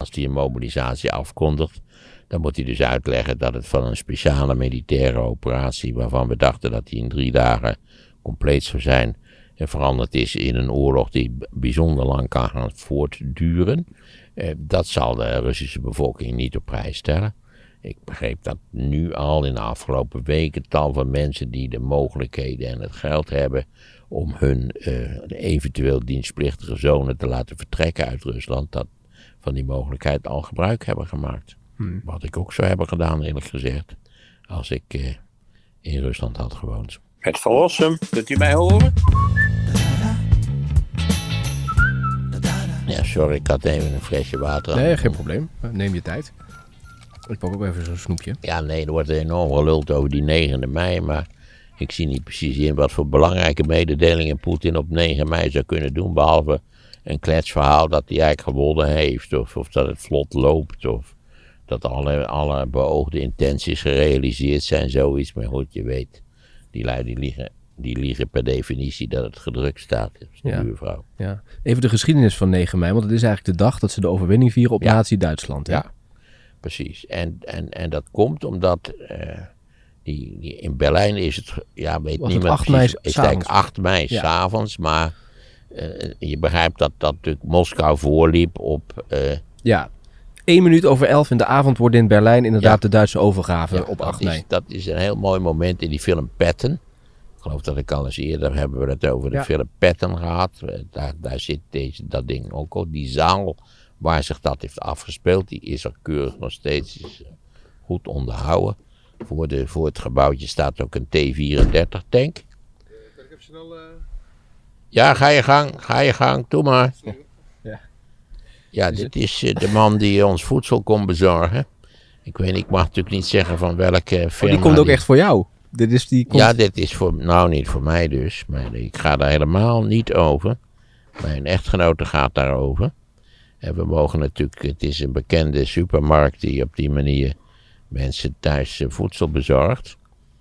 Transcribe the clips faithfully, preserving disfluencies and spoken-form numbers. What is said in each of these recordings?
als hij een mobilisatie afkondigt, dan moet hij dus uitleggen dat het van een speciale militaire operatie, waarvan we dachten dat die in drie dagen compleet zou zijn, en veranderd is in een oorlog die bijzonder lang kan gaan voortduren. Eh, dat zal de Russische bevolking niet op prijs stellen. Ik begreep dat nu al in de afgelopen weken tal van mensen die de mogelijkheden en het geld hebben om hun uh, eventueel dienstplichtige zonen te laten vertrekken uit Rusland, dat van die mogelijkheid al gebruik hebben gemaakt. Hmm. Wat ik ook zou hebben gedaan, eerlijk gezegd, als ik uh, in Rusland had gewoond. Het verlossen, kunt u mij horen? Ja, sorry, ik had even een flesje water. Nee, geen probleem. Neem je tijd. Ik pak ook even zo'n snoepje. Ja, nee, er wordt enorm geluld over die negende mei, maar ik zie niet precies in wat voor belangrijke mededelingen Poetin op negen mei zou kunnen doen, behalve een kletsverhaal dat hij eigenlijk gewonnen heeft, of, of dat het vlot loopt, of dat alle, alle beoogde intenties gerealiseerd zijn, zoiets. Maar goed, je weet, die lui die liegen, die liegen per definitie dat het gedrukt staat. Dat is de ja. buurvrouw. Ja. Even de geschiedenis van negen mei, want het is eigenlijk de dag dat ze de overwinning vieren op ja. Nazi-Duitsland. Hè? Ja, precies. En, en, en dat komt omdat uh, die, die, in Berlijn is het, ja, weet Was niemand het acht mei precies, is het eigenlijk acht mei ja. 's avonds, maar uh, je begrijpt dat dat natuurlijk Moskou voorliep op... Uh, ja, één minuut over elf in de avond wordt in Berlijn inderdaad ja. de Duitse overgave ja, op acht mei. Is, dat is een heel mooi moment in die film Patton. Ik geloof dat ik al eens eerder hebben we het over de ja. film Patton gehad. Daar, daar zit deze, dat ding ook op. Die zaal waar zich dat heeft afgespeeld, die is er keurig nog steeds is goed onderhouden. Voor, de, voor het gebouwtje staat ook een T vierendertig tank. Uh, kan ik even snel... Uh... Ja, ga je gang, ga je gang, doe maar. Ja, ja dit is uh, de man die ons voedsel kon bezorgen. Ik weet niet, ik mag natuurlijk niet zeggen van welke firma. Oh, die komt ook die... echt voor jou? Dit is die komt... Ja, dit is voor, nou niet voor mij dus, maar ik ga daar helemaal niet over. Mijn echtgenote gaat daarover. En we mogen natuurlijk, het is een bekende supermarkt die op die manier mensen thuis uh, voedsel bezorgt.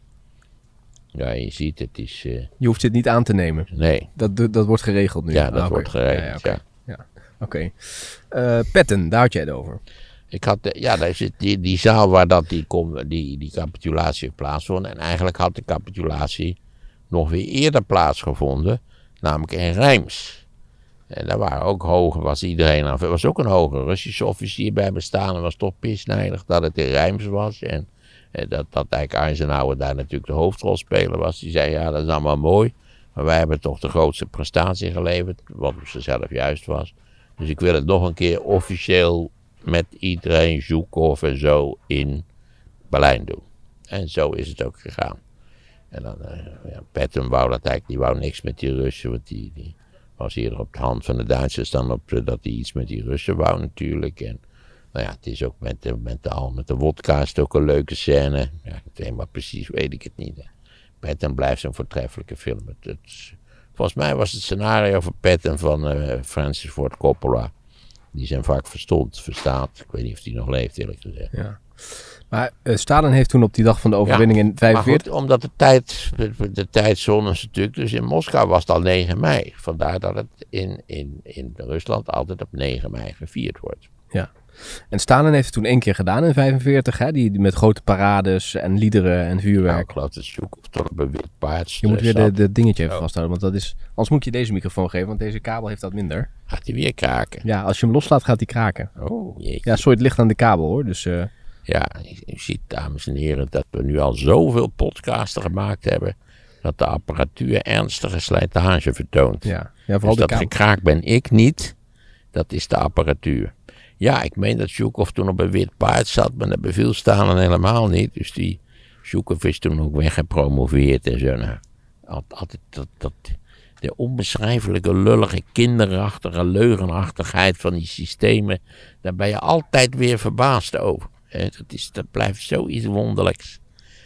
Ja, je ziet, het is... Uh... Je hoeft dit niet aan te nemen? Nee. Dat, dat wordt geregeld nu? Ja, dat ah, okay. wordt geregeld, ja. ja, okay. ja. ja. Oké. Okay. Uh, Patton, daar had jij het over. Ik had, ja, daar zit die, die zaal waar dat die, die, die capitulatie heeft plaatsgevonden. En eigenlijk had de capitulatie nog weer eerder plaatsgevonden, namelijk in Reims. En daar waren ook hoge, was iedereen af. Er was ook een hoge Russische officier bij me staan en was toch pisnijdig dat het in Reims was. En, en dat, dat eigenlijk Eisenhower daar natuurlijk de hoofdrolspeler was. Die zei, ja, dat is allemaal mooi, maar wij hebben toch de grootste prestatie geleverd, wat op zichzelf juist was. Dus ik wil het nog een keer officieel met iedereen, Zhukov en zo, in Berlijn doen. En zo is het ook gegaan. En dan, uh, ja, Patton wou dat eigenlijk, die wou niks met die Russen, want die, die was eerder op de hand van de Duitsers dan op uh, dat hij iets met die Russen wou natuurlijk. En nou ja, het is ook met de, met de, met de wodka is het ook een leuke scène. Ja, helemaal precies weet ik het niet. Hè. Patton blijft een voortreffelijke film. Het, het, volgens mij was het scenario van Patton van uh, Francis Ford Coppola. Die zijn vak verstond, verstaat. Ik weet niet of hij nog leeft, eerlijk gezegd. Ja. Maar uh, Stalin heeft toen op die dag van de overwinning ja, in vijfenveertig... Maar goed, omdat de tijd, de, de tijdzones natuurlijk... Dus in Moskou was het al negen mei. Vandaar dat het in, in, in Rusland altijd op negen mei gevierd wordt. Ja. En Stalin heeft het toen één keer gedaan in vijfenveertig, hè? Die, die met grote parades en liederen en vuurwerk. Nou, ik geloof dat Zhukov tot op een wit paard. Je moet weer de, de dingetje even oh. vasthouden, want dat is... Anders moet je deze microfoon geven, want deze kabel heeft dat minder. Gaat hij weer kraken? Ja, als je hem loslaat gaat hij kraken. Oh, jeetje. Ja, sorry, het ligt aan de kabel hoor, dus... Uh... Ja, u ziet, dames en heren, dat we nu al zoveel podcasten gemaakt hebben, dat de apparatuur ernstige slijtage vertoont. Ja, ja vooral dus de dat kabel. gekraak ben ik niet, dat is de apparatuur. Ja, ik meen dat Zhukov toen op een wit paard zat, maar dat beviel Stalin helemaal niet. Dus die Zhukov is toen ook weggepromoveerd en zo. Nou, altijd dat, dat, de onbeschrijfelijke, lullige, kinderachtige, leugenachtigheid van die systemen, daar ben je altijd weer verbaasd over. Dat, is, dat blijft zoiets wonderlijks.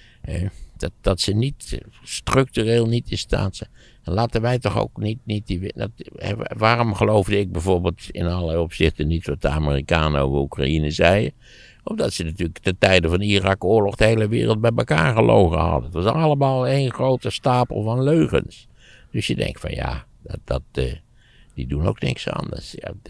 Dat, dat ze niet structureel niet in staat zijn. En laten wij toch ook niet... niet die, dat, waarom geloofde ik bijvoorbeeld in allerlei opzichten niet wat de Amerikanen over Oekraïne zeiden? Omdat ze natuurlijk ten tijde van de Irak-oorlog de hele wereld bij elkaar gelogen hadden. Het was allemaal één grote stapel van leugens. Dus je denkt van ja, dat, dat, uh, die doen ook niks anders. Ja, dat,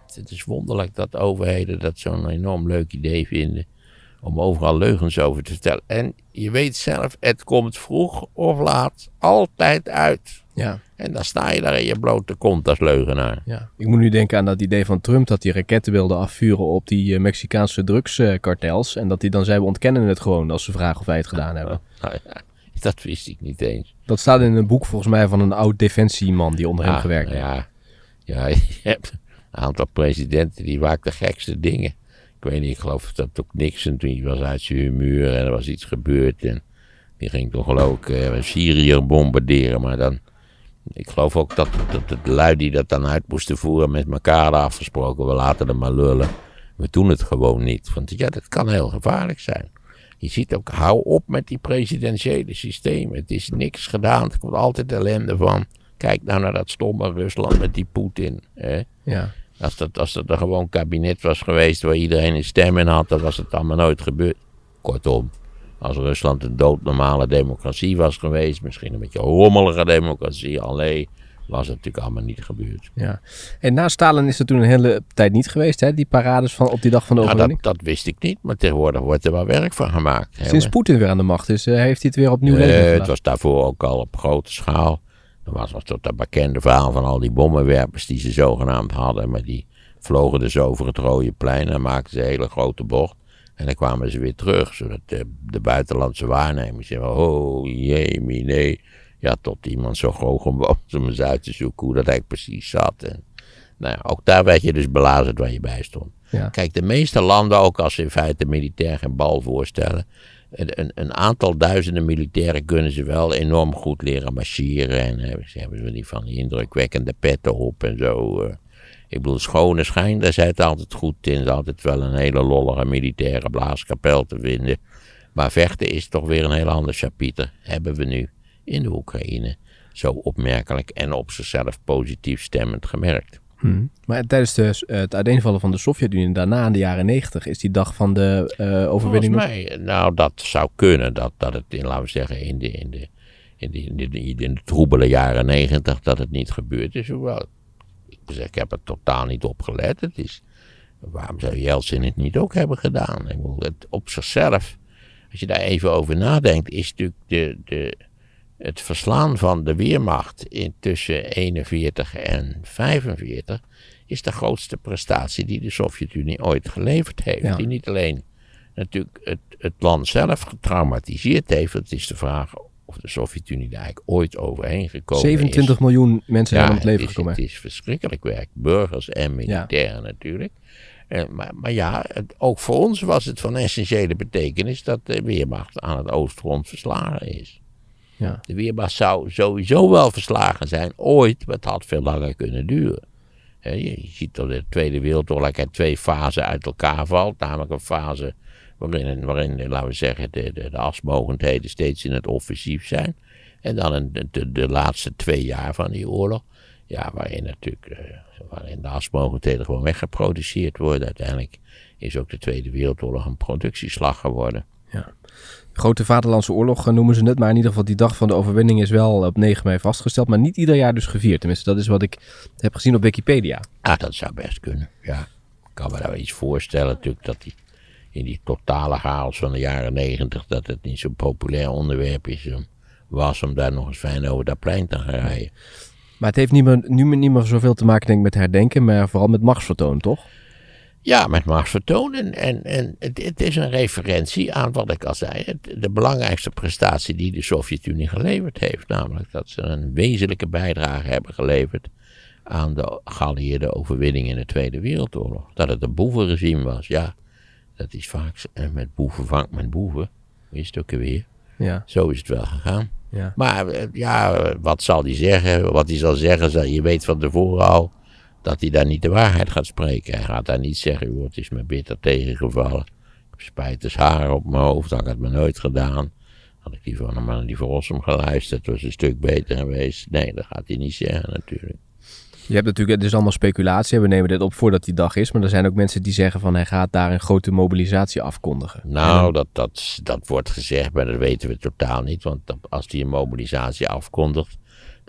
Het is wonderlijk dat overheden dat zo'n enorm leuk idee vinden om overal leugens over te vertellen. En je weet zelf, het komt vroeg of laat altijd uit. Ja. En dan sta je daar in je blote kont als leugenaar. Ja. Ik moet nu denken aan dat idee van Trump dat hij raketten wilde afvuren op die uh, Mexicaanse drugskartels. Uh, en dat hij dan zei, we ontkennen het gewoon als ze vragen of wij het gedaan hebben. Nou ja, dat wist ik niet eens. Dat staat in een boek volgens mij van een oud defensieman die onder hem Ah, gewerkt heeft. Ja, ja, je hebt een aantal presidenten die vaak de gekste dingen. Ik weet niet, ik geloof dat ook Nixon toen hij was uit zijn humeur en er was iets gebeurd. En die ging toch geloof ik uh, Syrië bombarderen. Maar dan, ik geloof ook dat, dat de lui die dat dan uit moesten voeren met elkaar hadden afgesproken. We laten het maar lullen. We doen het gewoon niet. Want ja, dat kan heel gevaarlijk zijn. Je ziet ook, hou op met die presidentiële systemen. Het is niks gedaan, er komt altijd ellende van. Kijk nou naar dat stomme Rusland met die Poetin. Hè? Ja. Als dat, als dat een gewoon kabinet was geweest waar iedereen een stem in had, dan was het allemaal nooit gebeurd. Kortom, als Rusland een doodnormale democratie was geweest, misschien een beetje rommelige democratie, alleen was het natuurlijk allemaal niet gebeurd. Ja. En na Stalin is er toen een hele tijd niet geweest, hè? Die parades van op die dag van de Nou, overwinning. dat, dat wist ik niet, maar tegenwoordig wordt er wel werk van gemaakt. Sinds Poetin weer aan de macht is, uh, heeft hij het weer opnieuw leven Uh, gelaten. het was daarvoor ook al op grote schaal. Er was, was tot dat bekende verhaal van al die bommenwerpers die ze zogenaamd hadden. Maar die vlogen dus over het Rode Plein en maakten ze een hele grote bocht. En dan kwamen ze weer terug, zodat de, de buitenlandse waarnemers zeiden, oh jee, nee. Ja, tot iemand zo groot gewoon om eens uit te zoeken hoe dat eigenlijk precies zat. En, nou ja, ook daar werd je dus belazerd waar je bij stond. Ja. Kijk, de meeste landen, ook als ze in feite militair geen bal voorstellen, Een, een aantal duizenden militairen kunnen ze wel enorm goed leren marcheren. En hebben ze hebben ze die van die indrukwekkende petten op en zo. Uh, ik bedoel, schone schijn, daar zijn het altijd goed in. Er is altijd wel een hele lollige militaire blaaskapel te vinden. Maar vechten is toch weer een heel ander chapiter. Hebben we nu in de Oekraïne zo opmerkelijk en op zichzelf positief stemmend gemerkt. Hmm. Maar tijdens de, uh, het uiteenvallen van de Sovjet-Unie, daarna in de jaren negentig, is die dag van de uh, overwinning... Volgens mij, nou dat zou kunnen, dat, dat het, in, laten we zeggen, in de, in de, in de, in de, in de troebele jaren negentig, dat het niet gebeurd is. Hoewel, ik, zeg, ik heb er totaal niet op gelet. Het is, waarom zou Jeltsin het niet ook hebben gedaan? Ik bedoel, het op zichzelf, als je daar even over nadenkt, is natuurlijk de... de Het verslaan van de Weermacht in tussen eenenveertig en vijfenveertig is de grootste prestatie die de Sovjet-Unie ooit geleverd heeft. Ja. Die niet alleen natuurlijk het, het land zelf getraumatiseerd heeft. Het is de vraag of de Sovjet-Unie daar eigenlijk ooit overheen gekomen zevenentwintig is. miljoen mensen Ja, zijn om het leven het is, gekomen. het is verschrikkelijk werk. Burgers en militairen natuurlijk. Eh, maar, maar ja, het, ook voor ons was het van essentiële betekenis dat de Weermacht aan het oostfront verslagen is. Ja. De Weermacht zou sowieso wel verslagen zijn, ooit, maar het had veel langer kunnen duren. He, je, je ziet dat de Tweede Wereldoorlog in twee fasen uit elkaar valt. Namelijk een fase waarin, waarin laten we zeggen, de, de, de asmogendheden steeds in het offensief zijn. En dan een, de, de, de laatste twee jaar van die oorlog, ja, waarin natuurlijk uh, waarin de asmogendheden gewoon weggeproduceerd worden. Uiteindelijk is ook de Tweede Wereldoorlog een productieslag geworden. Ja. Grote Vaderlandse Oorlog noemen ze het, maar in ieder geval die dag van de overwinning is wel op negen mei vastgesteld, maar niet ieder jaar dus gevierd. Tenminste, dat is wat ik heb gezien op Wikipedia. Ah, dat zou best kunnen, ja. Ik kan me daar wel iets voorstellen natuurlijk, dat die, in die totale chaos van de jaren negentig, dat het niet zo'n populair onderwerp is, um, was om daar nog eens fijn over dat plein te gaan rijden. Maar het heeft niet meer, nu niet meer zoveel te maken denk ik met herdenken, maar vooral met machtsvertoon, toch? Ja, met machtsvertoon. En, en, en het, het is een referentie aan wat ik al zei. Het, de belangrijkste prestatie die de Sovjet-Unie geleverd heeft. Namelijk dat ze een wezenlijke bijdrage hebben geleverd aan de geallieerde overwinning in de Tweede Wereldoorlog. Dat het een boevenregime was, ja. Dat is vaak met boeven vangt men boeven. Is het ook weer. Ja. Zo is het wel gegaan. Ja. Maar ja, wat zal hij zeggen? Wat hij zal zeggen, je weet van tevoren al dat hij daar niet de waarheid gaat spreken. Hij gaat daar niet zeggen, joh, het is me bitter tegengevallen. Ik heb spijters haar op mijn hoofd, had ik het me nooit gedaan. Had ik liever naar maar die Verrossum geluisterd, het was een stuk beter geweest. Nee, dat gaat hij niet zeggen natuurlijk. Je hebt natuurlijk, het is allemaal speculatie. We nemen dit op voordat die dag is. Maar er zijn ook mensen die zeggen van hij gaat daar een grote mobilisatie afkondigen. Nou, dat, dat, dat wordt gezegd, maar dat weten we totaal niet. Want als hij een mobilisatie afkondigt,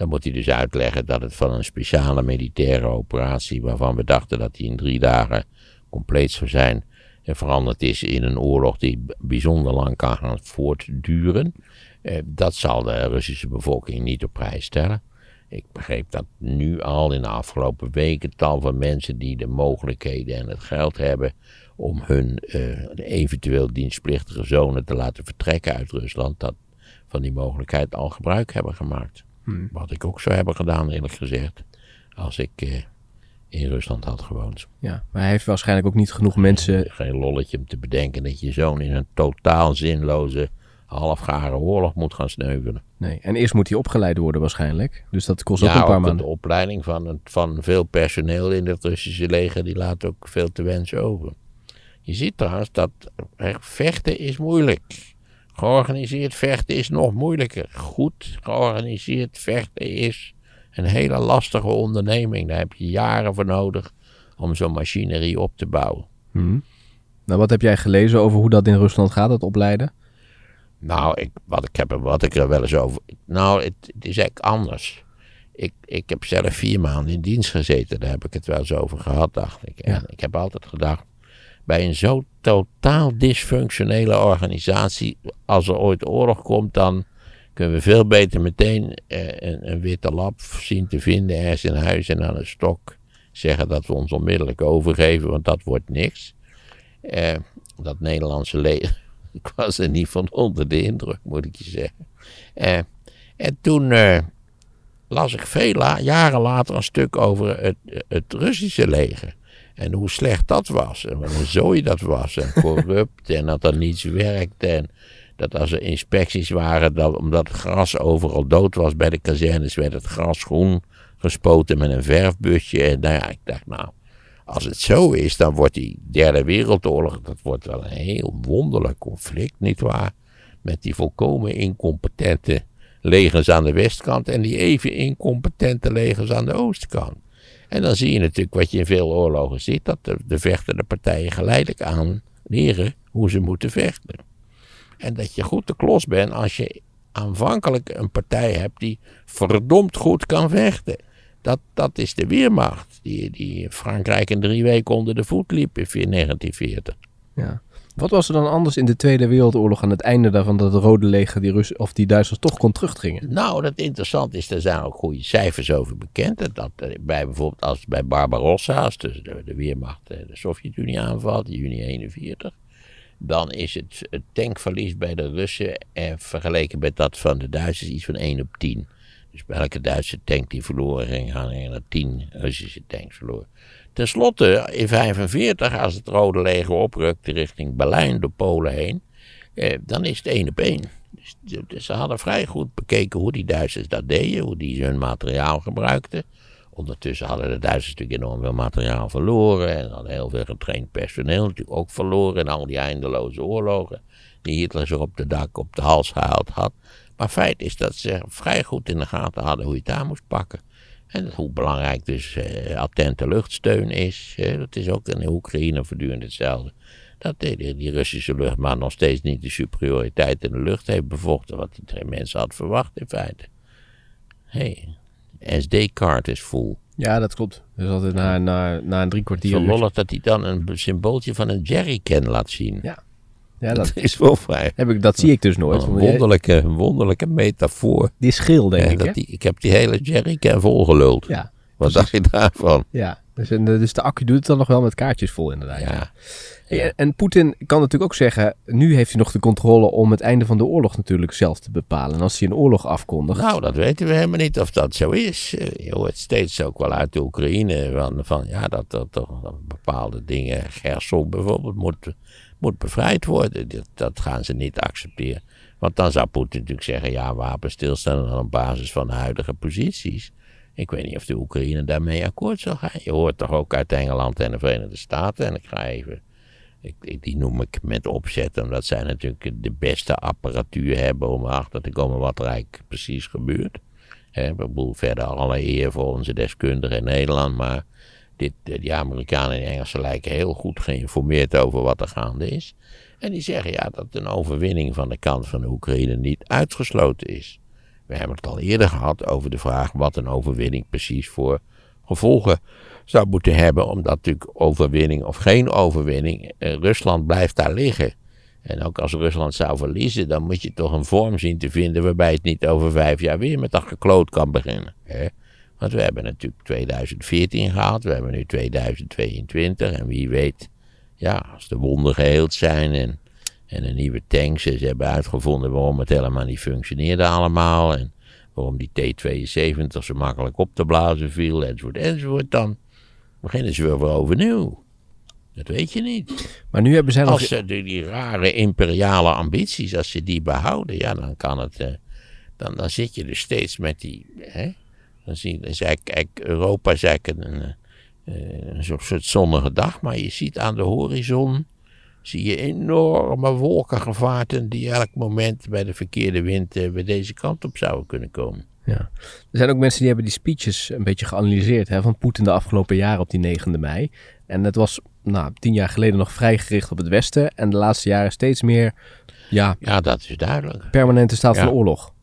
Dan moet hij dus uitleggen dat het van een speciale militaire operatie, waarvan we dachten dat die in drie dagen compleet zou zijn, en veranderd is in een oorlog die bijzonder lang kan gaan voortduren. Eh, dat zal de Russische bevolking niet op prijs stellen. Ik begreep dat nu al in de afgelopen weken tal van mensen die de mogelijkheden en het geld hebben om hun uh, eventueel dienstplichtige zonen te laten vertrekken uit Rusland, dat van die mogelijkheid al gebruik hebben gemaakt. Hmm. Wat ik ook zou hebben gedaan, eerlijk gezegd, als ik uh, in Rusland had gewoond. Ja, maar hij heeft waarschijnlijk ook niet genoeg mensen... Geen lolletje om te bedenken dat je zoon in een totaal zinloze, halfgare oorlog moet gaan sneuvelen. Nee, en eerst moet hij opgeleid worden waarschijnlijk. Dus dat kost ja, ook een paar ook maanden. De opleiding van, van veel personeel in het Russische leger, die laat ook veel te wensen over. Je ziet trouwens dat vechten is moeilijk. Georganiseerd vechten is nog moeilijker. Goed georganiseerd vechten is een hele lastige onderneming. Daar heb je jaren voor nodig om zo'n machinerie op te bouwen. Hmm. Nou, wat heb jij gelezen over hoe dat in Rusland gaat, dat opleiden? Nou, ik, wat, ik heb, wat ik er wel eens over... Nou, het, het is eigenlijk anders. Ik, ik heb zelf vier maanden in dienst gezeten. Daar heb ik het wel eens over gehad, dacht ik. En ja. Ik heb altijd gedacht, bij een zo totaal dysfunctionele organisatie, als er ooit oorlog komt, dan kunnen we veel beter meteen eh, een, een witte lap zien te vinden ergens in huis en aan een stok zeggen dat we ons onmiddellijk overgeven, want dat wordt niks. Eh, dat Nederlandse leger, ik was er niet van onder de indruk, moet ik je zeggen. Eh, en toen eh, las ik veel la- jaren later een stuk over het, het Russische leger. En hoe slecht dat was. En wat een zooi dat was. En corrupt. En dat er niets werkte. En dat als er inspecties waren. Dat, omdat het gras overal dood was bij de kazernes. Werd het gras groen gespoten met een verfbusje. En nou ja, ik dacht nou. Als het zo is. Dan wordt die derde wereldoorlog. Dat wordt wel een heel wonderlijk conflict. Nietwaar? Met die volkomen incompetente legers aan de westkant. En die even incompetente legers aan de oostkant. En dan zie je natuurlijk wat je in veel oorlogen ziet, dat de, de vechtende partijen geleidelijk aan leren hoe ze moeten vechten. En dat je goed de klos bent als je aanvankelijk een partij hebt die verdomd goed kan vechten. Dat, dat is de Weermacht, die, die Frankrijk in drie weken onder de voet liep in negentien veertig. Ja. Wat was er dan anders in de Tweede Wereldoorlog aan het einde daarvan, dat het Rode Leger die, Rus- of die Duitsers toch kon terugdringen? Nou, dat interessant is, er zijn ook goede cijfers over bekend. Dat bij bijvoorbeeld als bij Barbarossa, als dus de, de Weermacht de Sovjet-Unie aanvalt, in juni eenenveertig, dan is het, het tankverlies bij de Russen eh, vergeleken met dat van de Duitsers iets van één op tien. Dus bij elke Duitse tank die verloren ging, gaan er tien Russische tanks verloren. Ten slotte, in negentien vijfenveertig, als het Rode Leger oprukte richting Berlijn door Polen heen, eh, dan is het één op één. Dus, dus ze hadden vrij goed bekeken hoe die Duitsers dat deden, hoe die hun materiaal gebruikten. Ondertussen hadden de Duitsers natuurlijk enorm veel materiaal verloren en hadden heel veel getraind personeel natuurlijk ook verloren in al die eindeloze oorlogen die Hitler zo op de dak op de hals gehaald had. Maar feit is dat ze vrij goed in de gaten hadden hoe je het aan moest pakken. En hoe belangrijk dus uh, attente luchtsteun is. Uh, dat is ook in de Oekraïne voortdurend hetzelfde. Dat die, die Russische luchtmacht nog steeds niet de superioriteit in de lucht heeft bevochten. Wat die twee mensen hadden verwacht in feite. Hé, hey, S D-kaart is vol. Ja, dat klopt. Dus altijd na, na, na een drie kwartier. Zo lollig dat hij dan een symbooltje van een jerrycan laat zien. Ja. Ja, dat, dat is wel vrij. Heb ik, dat zie ik dus nooit. Een wonderlijke, een wonderlijke metafoor. Die is geel, denk ja, ik. Dat Hè? die, ik heb die hele jerrycan volgeluld. Ja, wat dacht je daarvan? Ja, dus, dus de accu doet het dan nog wel met kaartjes vol, inderdaad. Ja. Ja. Ja. En Poetin kan natuurlijk ook zeggen, nu heeft hij nog de controle om het einde van de oorlog natuurlijk zelf te bepalen. En als hij een oorlog afkondigt. Nou, dat weten we helemaal niet of dat zo is. Je hoort steeds ook wel uit de Oekraïne van, van ja, dat er toch bepaalde dingen, Gerson bijvoorbeeld, moet, moet bevrijd worden. Dat, dat gaan ze niet accepteren. Want dan zou Poetin natuurlijk zeggen, ja, wapenstilstand op basis van de huidige posities. Ik weet niet of de Oekraïne daarmee akkoord zal gaan. Je hoort toch ook uit Engeland en de Verenigde Staten. En ik ga even, ik, die noem ik met opzet, omdat zij natuurlijk de beste apparatuur hebben om erachter te komen wat er eigenlijk precies gebeurt. He, ik bedoel, verder alle eer voor onze deskundigen in Nederland, maar dit, die Amerikanen en Engelsen lijken heel goed geïnformeerd over wat er gaande is. En die zeggen ja dat een overwinning van de kant van de Oekraïne niet uitgesloten is. We hebben het al eerder gehad over de vraag wat een overwinning precies voor gevolgen zou moeten hebben. Omdat natuurlijk overwinning of geen overwinning, eh, Rusland blijft daar liggen. En ook als Rusland zou verliezen, dan moet je toch een vorm zien te vinden waarbij het niet over vijf jaar weer met dat gekloot kan beginnen. Hè? Want we hebben natuurlijk tweeduizend veertien gehad, we hebben nu tweeduizend tweeëntwintig en wie weet, ja, als de wonden geheeld zijn en, en een nieuwe tank, ze hebben uitgevonden waarom het helemaal niet functioneerde allemaal en waarom die T tweeënzeventig zo makkelijk op te blazen viel, enzovoort, enzovoort, dan beginnen ze weer overnieuw. Dat weet je niet. Maar nu hebben zij nog... Als ze die, die rare imperiale ambities, als ze die behouden, ja, dan kan het, uh, dan, dan zit je dus steeds met die, hè, dan zie je, is eigenlijk, Europa is eigenlijk een, een, een soort zonnige dag, maar je ziet aan de horizon, zie je enorme wolkengevaarten die elk moment bij de verkeerde wind uh, bij deze kant op zouden kunnen komen. Ja. Er zijn ook mensen die hebben die speeches een beetje geanalyseerd, hè, van Poetin de afgelopen jaren op die negende mei. En dat was nou, tien jaar geleden nog vrij gericht op het Westen. En de laatste jaren steeds meer, ja, ja dat is duidelijk. Permanente staat ja. van oorlog.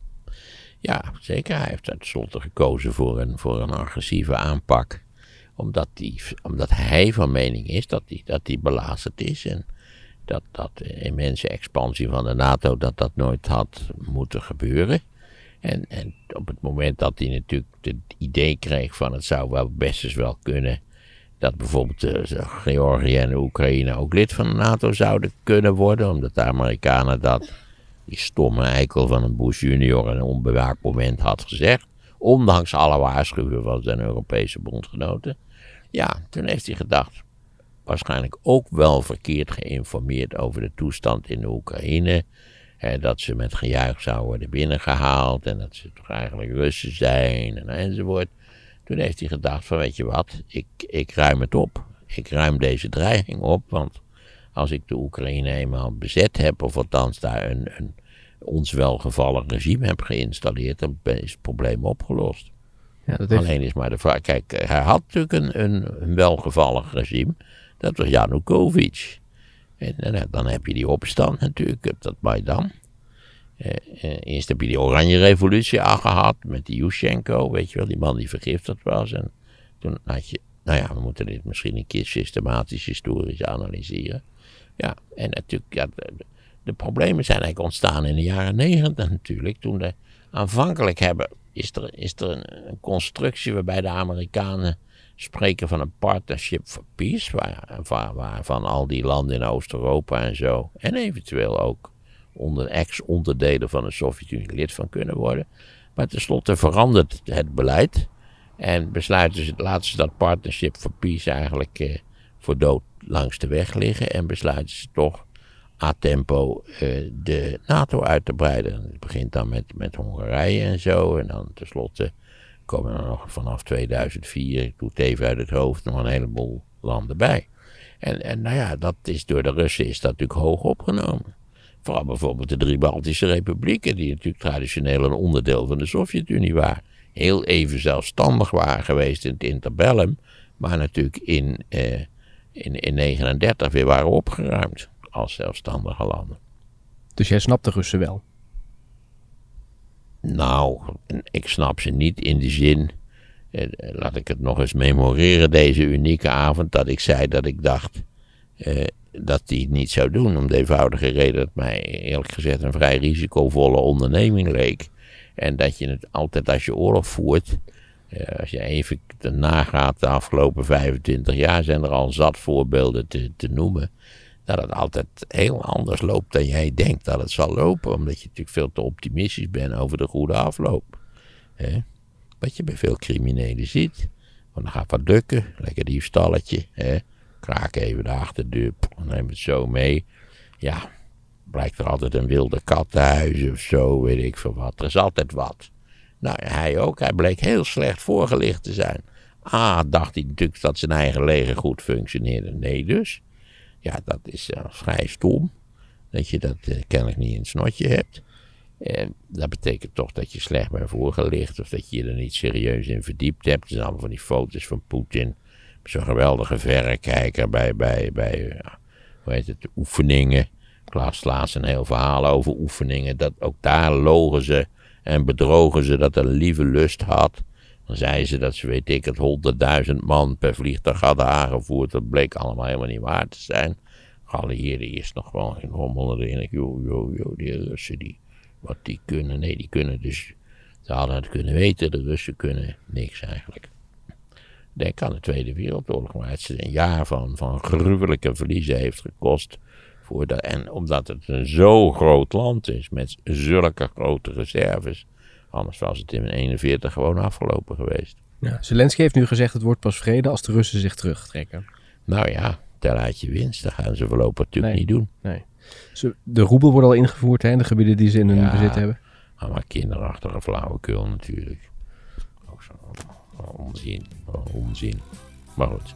Ja, zeker. Hij heeft tenslotte gekozen voor een, voor een agressieve aanpak. Omdat, die, omdat hij van mening is dat die, dat die belazerd is. En dat dat immense expansie van de NATO, dat dat nooit had moeten gebeuren. En, en op het moment dat hij natuurlijk het idee kreeg van het zou wel best eens wel kunnen dat bijvoorbeeld uh, Georgië en Oekraïne ook lid van de NATO zouden kunnen worden, omdat de Amerikanen dat, die stomme eikel van een Bush junior, een onbewaakt moment had gezegd, ondanks alle waarschuwingen van zijn Europese bondgenoten. Ja, toen heeft hij gedacht, waarschijnlijk ook wel verkeerd geïnformeerd over de toestand in de Oekraïne. Hè, dat ze met gejuich zouden worden binnengehaald en dat ze toch eigenlijk Russen zijn en, enzovoort. Toen heeft hij gedacht van weet je wat, ik, ik ruim het op. Ik ruim deze dreiging op, want als ik de Oekraïne eenmaal bezet heb, of althans daar een, een ons welgevallig regime heb geïnstalleerd, dan is het probleem opgelost. Ja, dat heeft... Alleen is maar de vraag, kijk, hij had natuurlijk een, een, een welgevallig regime, dat was Yanukovych. En, en dan heb je die opstand natuurlijk, dat Maidan. Uh, uh, eerst heb je die Oranje Revolutie al gehad met die Yushchenko, weet je wel, die man die vergiftigd was. En toen had je, nou ja, we moeten dit misschien een keer systematisch historisch analyseren. Ja, en natuurlijk, ja, de, de problemen zijn eigenlijk ontstaan in de jaren negentig natuurlijk. Toen de, aanvankelijk hebben, is er, is er een, een constructie waarbij de Amerikanen spreken van een partnership for peace, waar, waar, waarvan al die landen in Oost-Europa en zo, en eventueel ook onder ex-onderdelen van de Sovjet-Unie lid van kunnen worden. Maar tenslotte verandert het beleid en besluiten ze, laten ze dat partnership for peace eigenlijk eh, voor dood langs de weg liggen en besluiten ze toch a tempo eh, de NATO uit te breiden. Het begint dan met, met Hongarije en zo en dan tenslotte komen er nog vanaf tweeduizend vier, ik doe het even uit het hoofd, nog een heleboel landen bij. En, en nou ja, dat is door de Russen is dat natuurlijk hoog opgenomen. Vooral bijvoorbeeld de drie Baltische republieken, die natuurlijk traditioneel een onderdeel van de Sovjet-Unie waren. Heel even zelfstandig waren geweest in het interbellum, maar natuurlijk in, eh, in, in negenendertig weer waren opgeruimd als zelfstandige landen. Dus jij snapt de Russen wel? Nou, ik snap ze niet in de zin, eh, laat ik het nog eens memoreren, deze unieke avond, dat ik zei dat ik dacht eh, dat hij het niet zou doen. Om de eenvoudige reden dat mij eerlijk gezegd een vrij risicovolle onderneming leek. En dat je het altijd als je oorlog voert, eh, als je even nagaat de afgelopen vijfentwintig jaar, zijn er al zat voorbeelden te, te noemen. Dat het altijd heel anders loopt dan jij denkt dat het zal lopen. Omdat je natuurlijk veel te optimistisch bent over de goede afloop. Hè? Wat je bij veel criminelen ziet. Want dan gaat wat lukken. Lekker diefstalletje. Hè? Kraak even de achterdeur. Dan neem het zo mee. Ja, blijkt er altijd een wilde kat te huizen of zo. Weet ik veel wat. Er is altijd wat. Nou, hij ook. Hij bleek heel slecht voorgelicht te zijn. Ah, dacht hij natuurlijk dat zijn eigen leger goed functioneerde. Nee dus. Ja, dat is uh, vrij stom. Dat je dat uh, kennelijk niet in het snotje hebt. En dat betekent toch dat je slecht bent voorgelicht. Of dat je je er niet serieus in verdiept hebt. Het zijn allemaal van die foto's van Poetin. Zo'n geweldige verrekijker bij, bij, bij uh, hoe heet het, oefeningen. Ik las laatst een heel verhaal over oefeningen. Dat ook daar logen ze En bedrogen ze dat een lieve lust had. Dan zeiden ze dat ze, weet ik het, honderdduizend man per vliegtuig hadden aangevoerd. Dat bleek allemaal helemaal niet waar te zijn. Geallieerden eerst nog gewoon enorm onder de indruk. Jo, jo, jo, die Russen, die, wat die kunnen. Nee, die kunnen dus, ze hadden het kunnen weten. De Russen kunnen niks eigenlijk. Denk aan de Tweede Wereldoorlog, waar het een jaar van, van gruwelijke verliezen heeft gekost. Voor de, en omdat het een zo groot land is, met zulke grote reserves. Anders was het in eenenveertig gewoon afgelopen geweest. Ja, Zelensky heeft nu gezegd het wordt pas vrede als de Russen zich terugtrekken. Nou ja, tel uit je winst. Dat gaan ze voorlopig natuurlijk Nee. niet doen. Nee. Ze- De roebel wordt al ingevoerd hè, in de gebieden die ze in hun Ja. bezit hebben. Maar kinderachtige flauwekul natuurlijk. Ook zo onzin. Onzin. Maar goed.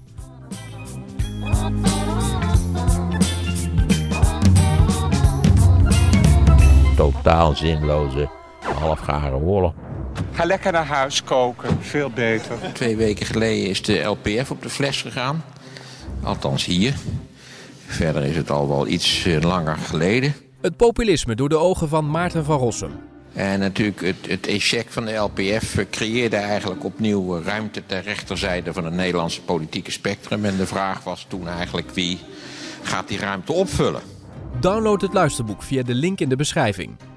Totaal zinloze, halfgare oorlog. Ga lekker naar huis koken, veel beter. Twee weken geleden is de L P F op de fles gegaan. Althans hier. Verder is het al wel iets eh, langer geleden. Het populisme door de ogen van Maarten van Rossum. En natuurlijk het, het échec van de L P F eh, creëerde eigenlijk opnieuw eh, ruimte ter rechterzijde van het Nederlandse politieke spectrum. En de vraag was toen eigenlijk wie gaat die ruimte opvullen? Download het luisterboek via de link in de beschrijving.